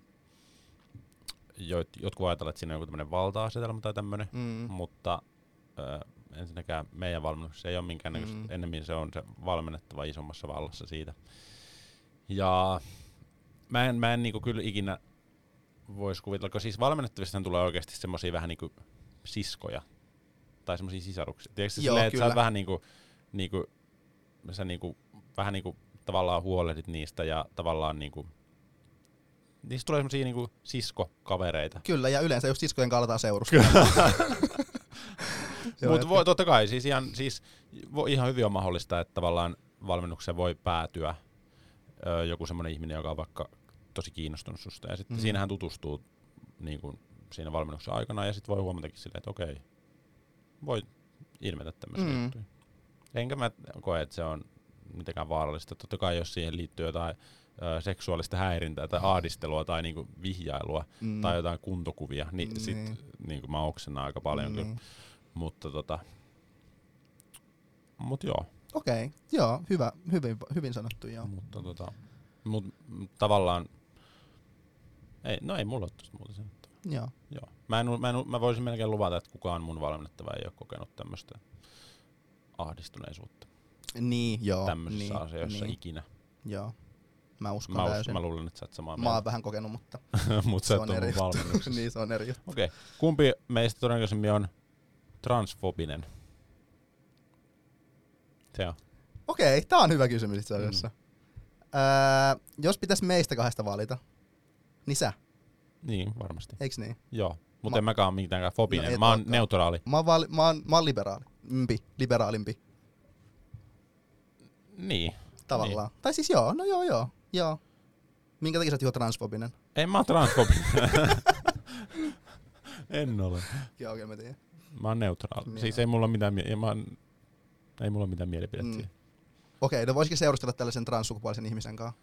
Jotkut ajatellaan, että siinä on joku tämmönen valta-asetelma tai tämmönen, mutta ensinnäkään meidän valmennuksessa ei ole minkäännäköistä. Ennemmin se on se valmennettava isommassa vallassa siitä. Ja mä en niinku kyllä ikinä vois kuvitella, koska siis valmennettavista tulee oikeesti semmosia vähän niinku siskoja tai semmosia sisaruksia. Tiedätkö silleen, että sä oot vähän vähän niinku tavallaan huolehdit niistä ja tavallaan niinku niistä tulee semmosia niinku siskokavereita. Kyllä, ja yleensä just siskojen kanssa aletaan seurustella. Mutta totta kai, ihan hyvin on mahdollista, että tavallaan valmennukseen voi päätyä joku semmoinen ihminen, joka on vaikka tosi kiinnostunut susta. Ja sitten siinähän tutustuu niin kuin siinä valmennuksen aikana ja sitten voi huomatakin silleen, että okei, voi ilmetä tämmöisiä juttuja. Enkä mä koe, että se on mitenkään vaarallista. Totta kai jos siihen liittyy jotain seksuaalista häirintää tai ahdistelua tai niinku vihjailua tai jotain kuntokuvia, niin sit niinku mä oksennan aika paljon kyllä. Mutta mut joo. Okei, joo, hyvin sanottu, joo. Mutta tavallaan ei mulla ole tosta muuta sanottavaa. Joo. Mä voisin melkein luvata, että kukaan mun valmennettava ei ole kokenut tämmöstä ahdistuneisuutta. Niin, joo. Tämmöisissä asioissa ikinä. Joo. Mä uskon täysin. Mä luulen, että sä oot samaa mieltä. Mä oon vähän kokenut, mutta mut sä et ole mun valmennuksessa. Niin, se on eri juttu. Okei. Kumpi meistä todennäköisemmin on transfobinen? Se on. Okei, tää on hyvä kysymys itse asiassa. Jos pitäis meistä kahdesta valita, niin sä. Niin, varmasti. Eiks niin? Joo. Mutta en mäkään ole mitenkään fobinen. No, mä oon neutraali. Mä oon liberaalimpi. Niin. Tavallaan. Niin. Tai siis joo. Minkä takia sä oot transfobinen? En mä oon transfobinen. En ole. Joo, okei, mä tiedän. Mä oon neutraali. Niin. Siis ei mulla mitään mielipidettä siihen. Okei, no voisikin seurustella tällaisen transsukupuolisen ihmisen kanssa?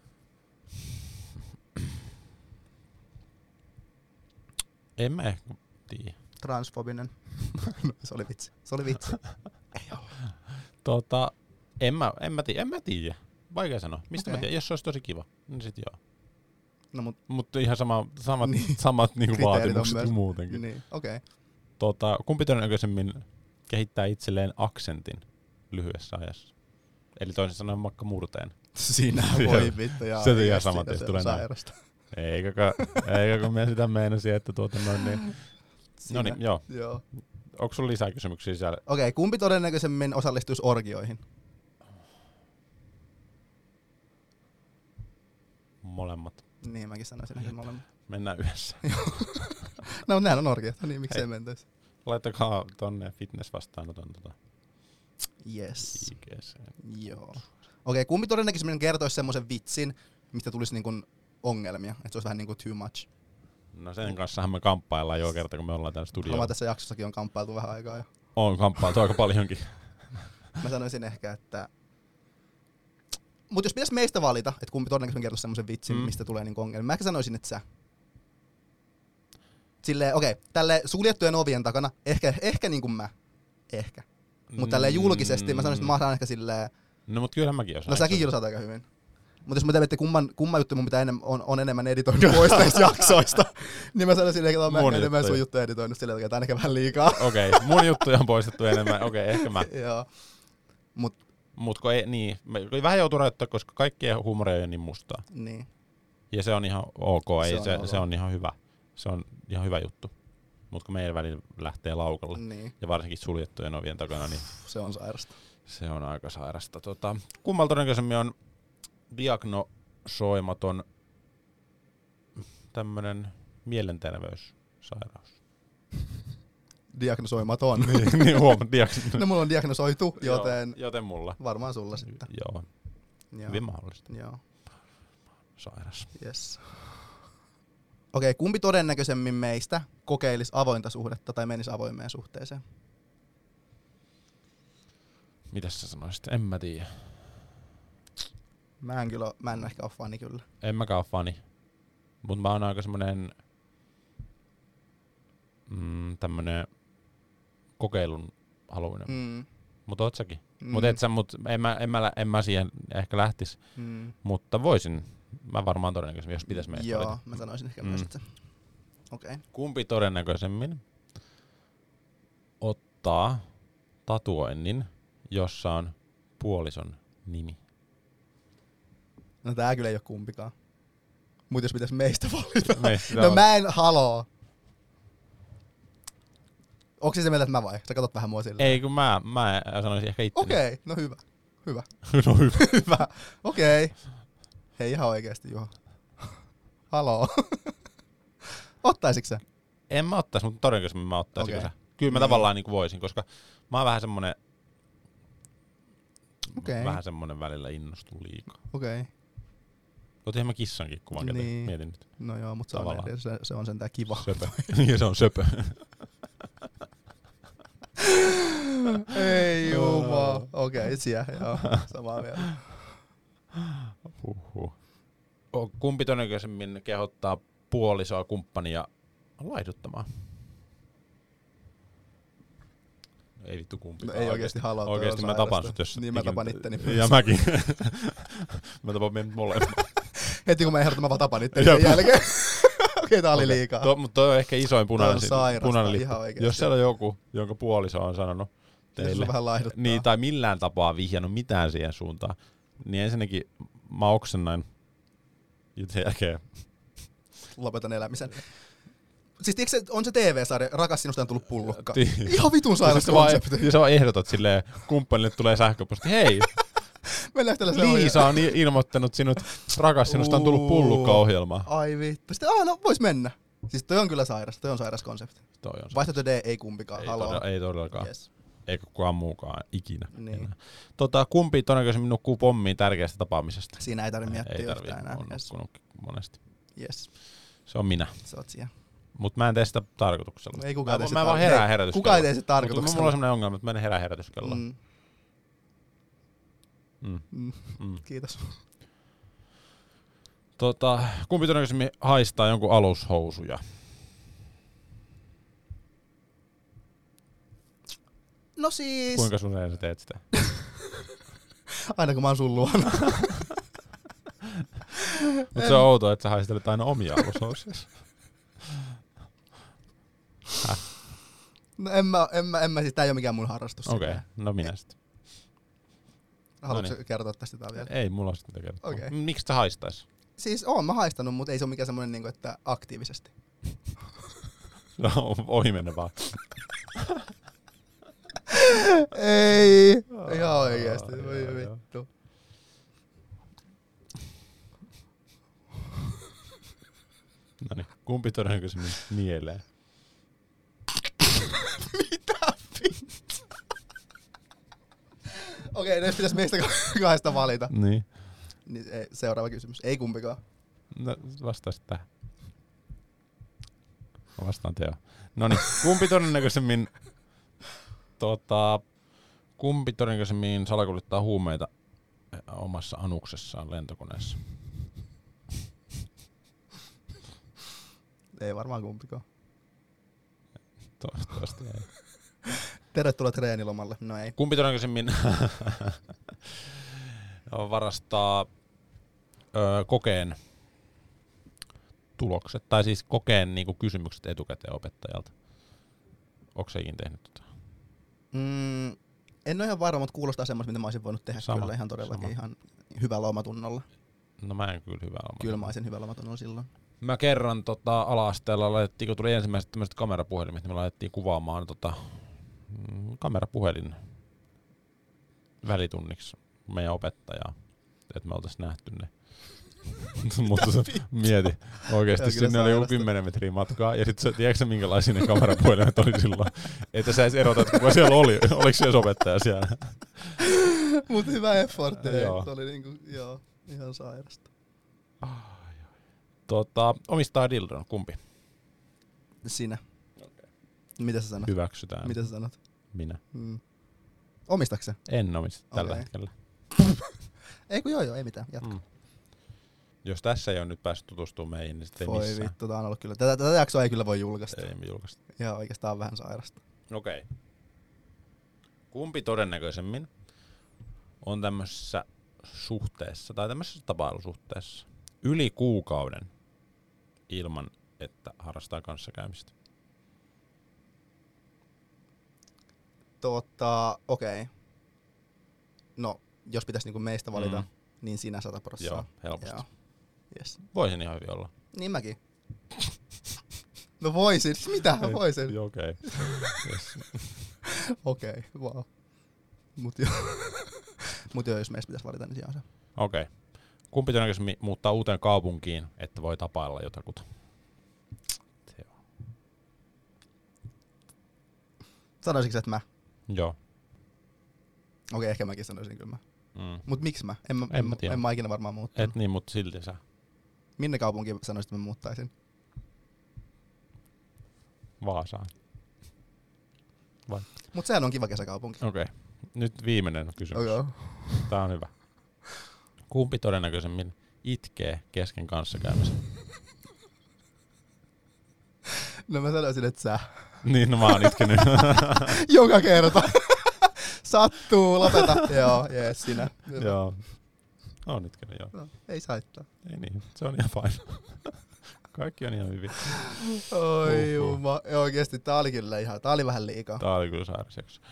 En mä ehkä tiedä. Transfobinen. Se oli vitsi. Ei ole. En mä tiedä. Vaikea sanoa. Mistä mä tiedän? Jos se olisi tosi kiva, niin sit joo. No, mutta ihan samat niinku vaatimukset kuin muutenkin. Niin, okei. Kumpi todennäköisemmin kehittää itselleen aksentin lyhyessä ajassa? Eli toisin sanoen vaikka murteen. Siinä voi vittu. Se on ihan samat, jos tulee näin. Eikä kun minä sitä meinasin, että niin. No niin, joo. Onko sulla lisää kysymyksiä siellä? Okei, kumpi todennäköisemmin osallistuisi orgioihin? Molemmat. Niin, mäkin sanoisin ehkä molemmat. Mennään yhdessä. No, näin on orgiot. No niin, miksei mentäisi? Laittakaa tonne fitness-vastaanoton. Yes. IGC. Joo. Okei, kumpi todennäköisemmin kertoisi semmoisen vitsin, mistä tulisi niinku ongelmia, että se olisi vähän niinku too much? No sen kanssahan me kamppaillaan jo kerta, kun me ollaan täällä studiolla. Tässä jaksossakin on kamppailtu vähän aikaa jo. On kamppailtu aika paljonkin. Mä sanoisin ehkä, että... Mut jos pitäisi meistä valita, että kumpi todennäköisesti kertoisi semmoisen vitsin, mistä tulee niinku ongelmia, mä ehkä sanoisin, että sä. Silleen, tälle suljettujen ovien takana, ehkä niinku mä. Ehkä. Mut tälleen julkisesti, mä sanoisin, että mä saan ehkä silleen... No mut kyllä mäkin osaan. No säkin kyllä saat aika hyvin. Mutta jos mä tiedän, että kumman juttu mun pitää on enemmän editoinut pois näistä jaksoista, niin mä sanoisin, että mä enemmän sun juttuja editoinut silleen, että ainakin vähän liikaa. Okei, mun juttuja on poistettu enemmän. Okei, ehkä mä. Joo. Mut kun ei, niin, vähän joutuu rajoittaa, koska kaikkien huumoria ei ole niin mustaa. Niin. Ja se on ihan ok, se on ihan hyvä. Se on ihan hyvä juttu. Mut kun meidän välillä lähtee laukalle, niin. Ja varsinkin suljettujen ovien takana, niin... Se on sairasta. Se on aika sairasta. Kummalla todennäköisemmin on diagnosoimaton tämmönen mielenterveyssairaus. Diagnosoimaton. niin no mulla on diagnosoitu, joten mulla. Varmaan sulla sitten. Joo. Hyvin mahdollista. Joo. Sairas. Yes. Okei, kumpi todennäköisemmin meistä kokeilisi avointa suhdetta tai menisi avoimeen suhteeseen? Mitäs sä sanoisit? En mä tiedä. Mä en ehkä ole fani kyllä. En mäkään ole fani. Mut mä oon aika semmonen tämmönen kokeilun haluinen. Mut oot säkin. Mut en mä siihen ehkä lähtis. Mutta voisin. Mä varmaan todennäköisemmin, jos pitäis meistä valita. Joo, mä sanoisin ehkä myös, että okei. Kumpi todennäköisemmin ottaa tatuoinnin, jossa on puolison nimi? No tää kyllä ei oo kumpikaan. Mut jos pitäis meistä valita. Mä en haloo. Onks se mieltä, että mä vai? Sä katot vähän mua silleen. Ei kun mä sanoisin ehkä itteni. Okei, no hyvä. No hyvä. Hyvä. Okei. Hei ihan oikeesti Juha. Haloo. Ottaisitko sä? En mä ottais, mutta todennäköisesti mä ottaisin. Okay. Kyllä mä tavallaan niinku voisin, koska mä oon vähän semmonen... Vähän semmonen välillä innostuu liikaa. Okei. Otinhan mä kissankin kuvan käteen, mietin nyt. No joo, mutta se on sentään kiva. Söpö. Ja se on söpö. Ei jumala. Okei, joo. Samaa mieltä. Kumpi todennäköisemmin kehottaa puolisoa kumppania laihduttamaan? Ei vittu kumpikaan. No ei oikeesti halua. Oikeesti mä tapan sut, jos... Niin mä tapan itteni. Ja mäkin. Mä tapan meidät molemmat. Heti kun mä ehdotan, mä vaan tapan itteni sen jälkeen. Okei, tää oli liikaa. Mutta toi on ehkä isoin punainen lippu. Jos siellä on joku, jonka puoliso on sanonut teille, niin, tai millään tapaa vihjannut mitään siihen suuntaan, niin ensinnäkin mä oksennain ja sen jälkeen lopetan elämisen. Siis tiiäks on se TV-sarja, Rakas sinusta on tullut pullukka. Ihan vitun sairas konsepti. Ja sä ehdottat silleen, kumppanille tulee sähköposti, hei, Liisa on ilmoittanut sinut, Rakas sinusta on tullut pullukka-ohjelmaa. Ai vittu. Sitten no vois mennä. Siis toi on kyllä sairas, toi on sairas konsepti. Vaihtoehto D ei kumpikaan, ei todellakaan. Yes. Eikä kukaan muukaan ikinä. Niin. Kumpi todennäköisemmin nukkuu pommiin tärkeästä tapaamisesta? Siinä ei tarvitse miettiä yhtään enää. On nukkunut monesti. Yes. Se on minä. Se oot siellä. Mut mä en tee sitä tarkoituksella. Ei kukaan tee sitä mä vaan herään herätyskellolla. Kukaan ei tee sitä tarkoituksella. Mulla on semmonen ongelma, että mä en herää herätyskellolla. Kiitos. Kumpi todennäköisemmin haistaa jonkun alushousuja? No siis... Kuinka usein sä teet sitä? Aina kun mä oon sun luona. Mut se on outoa, että sä haistelet aina omia alushousuja. No en mä siis, tää ei oo mikään mun harrastus. Okei, no minä sitten. Haluatko kertoa tästä jotain vielä? Ei, mulla on sitä kertoa. Okay. Miksi sä haistais? Siis oon mä haistanut, mutta ei se oo mikään semmonen niinku, että aktiivisesti. No, ohi mennä vaan. Ei. Ihan oikeesti. Voi vittu. Noniin, kumpi todennäköisemmin nielee? Mitä vittu? Okei, nyt pitäis meistä kahdesta valita. Niin. Seuraava kysymys. Ei kumpikaan. No, vastaisit tähän. Mä vastaan Teo. Noniin, kumpi todennäköisemmin salakuljettaa huumeita omassa anuksessaan lentokoneessa? Ei varmaan kumpikaan. Toivottavasti ei. Tervetuloa treenilomalle. No ei. Kumpi todennäköisemmin varastaa kokeen tulokset, tai siis kokeen niinku kysymykset etukäteen opettajalta? Onko se ikin tehnyt tota? En ole ihan varma, mutta kuulostaa semmoista, mitä mä olisin voinut tehdä kyllä ihan todellakin ihan hyvällä omatunnolla. No mä en kyllä hyvällä omatunnolla. Kyllä mä olisin hyvällä omatunnolla silloin. Mä kerran ala-asteella laitettiin, kun tuli ensimmäiset tämmöiset kamerapuhelimet, niin me laitettiin kuvaamaan kamerapuhelin välitunniksi meidän opettajaa, että me oltais nähty ne. Mutta mieti, oikeesti sinne oli joku 10 metriä matkaa, ja sit tiedätkö minkälaisia ne kamerapuhelimet oli silloin, että sä edes erota, että kuka siellä oli, oliko siellä opettaja siellä. Mut hyvä effortti, se oli niinku, joo, ihan sairasta. Omistaa dildon, kumpi? Sinä. Okay. Mitä sä sanot? Hyväksytään. Mitä sä sanot? Minä. Omistatko sä? En omista tällä hetkellä. Ei kun joo, ei mitään, jatka. Jos tässä ei ole nyt päässyt tutustumaan meihin, niin sitten ei missään. Voi vittu, tää on ollut kyllä. Tätä jaksoa ei kyllä voi julkaista. Ei me julkaista. Joo, oikeastaan vähän sairasta. Okei. Kumpi todennäköisemmin on tämmöisessä suhteessa tai tämmöisessä tapailusuhteessa yli kuukauden ilman, että harrastaa kanssakäymistä? Okei. No, jos pitäisi niinku meistä valita, niin sinä 100%. Joo, helposti. Joo. Yes. Voisin ihan hyvin olla. Niin mäkin. No voisin. Mitä? Voisin. Okei. Okei, wow. Mut joo, jos meistä pitäisi valita, niin se on se. Okei. Kumpi todennäköisesti muuttaa uuteen kaupunkiin, että voi tapailla jotakuta? Sanoisitko että mä? Joo. Okei, ehkä mäkin sanoisin kyllä mä. Mut miksi mä? En mä ikinä varmaan muuttanut. Et niin, mut silti sä. Minne kaupunkiin sanoisit, että mä muuttaisin? Vaasaan. Vai? Mut sehän on kiva kesäkaupunki. Okei. Nyt viimeinen kysymys. Okay. Tää on hyvä. Kumpi todennäköisemmin itkee kesken kanssakäymisen? No mä sanoisin, että sä. Niin, no mä oon itkenyt. Joka kerta. Sattuu, lopeta. Joo, jees, sinä. Joo. Oon itkenyt, joo. No, ei saittaa. Ei niin, se on ihan fine. Kaikki on ihan hyvin. Oi juma. Oikeesti, tää oli kyllä ihan, tää oli vähän liikaa. Tää oli kyllä sairaseksi.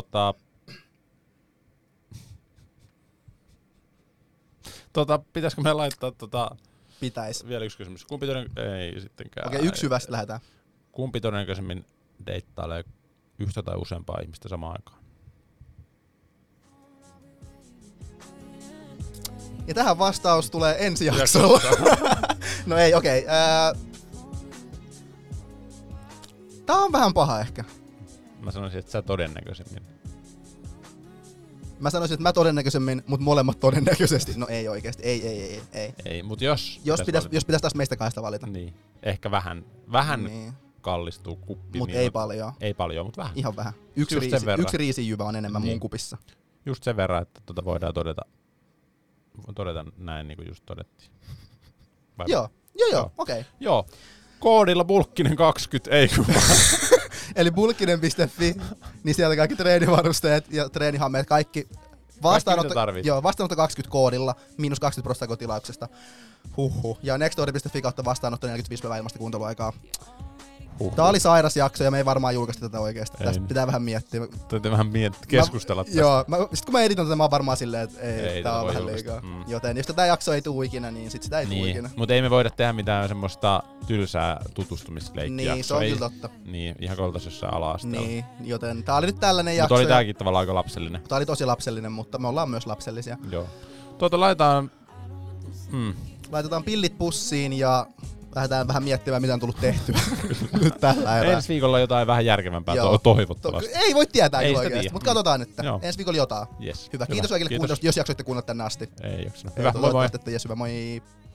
Pitäisikö me laittaa Pitäis. vielä yksi kysymys. Kumpi ei sittenkään. Okei, yksi hyvästä lähdetään. Kumpi todennäköisemmin deittailee yhtä tai useampaa ihmistä samaan aikaan? Ja tähän vastaus tulee ensi jaksolla. No ei, okei. Tää on vähän paha ehkä. Mä sanoisin, että sä todennäköisemmin. Mä sanoisin, että mä todennäköisemmin, mut molemmat todennäköisesti. No ei oikeesti, ei. Ei, mut jos pitäis taas meistä kahdesta valita. Niin. Ehkä vähän niin. Kallistuu kuppi. Mut ei paljon. Ei paljon, mut vähän. Ihan vähän. Yksi riisijyvä on enemmän mun kupissa. Just sen verran, että voidaan todeta näin, niin kuin just todettiin. Joo, okei. Joo. Koodilla Bulkkinen20, ei kun Eli bulkkinen.fi, niin sieltä kaikki treenivarusteet ja treenihammeet, kaikki vastaanotto 20 koodilla, -20% kotilauksesta. Ja nextdoor.fi kautta vastaanotto 45 päivää ilmasta kuunteluaikaa. Tää oli sairas jakso ja me ei varmaan julkaista tätä oikeesti. Tästä pitää vähän miettiä. Täytyy vähän keskustella tästä. Joo, sit kun mä editan tätä, mä oon varmaan silleen, että ei tää on vähän liikaa. Joten jos tätä jakso ei tuu ikinä, niin sit sitä ei tuu ikinä. Mut ei me voida tehdä mitään semmoista tylsää tutustumisleikkiä. Niin, se on kyllä totta. Niin, ihan kun oltais jossain ala-asteella. Niin, joten tää oli nyt tällainen jakso. Mutta oli tääkin tavallaan aika lapsellinen. Tää oli tosi lapsellinen, mutta me ollaan myös lapsellisia. Joo. Laitetaan... Laitetaan pillit pussiin ja lähdetään vähän miettimään, mitä on tullut tehtyä nyt tällä erää. Ensi viikolla jotain vähän järkevämpää toivottavasti. Ei voi tietää kyllä oikeesti, mutta katsotaan nyt. Ensi viikolla jotain. Yes. Hyvä. Kiitos kaikille kuuntelijoille, jos jaksoitte kuunnella tänne asti. Ei jaksanut. Hyvä, moi moi. Moi.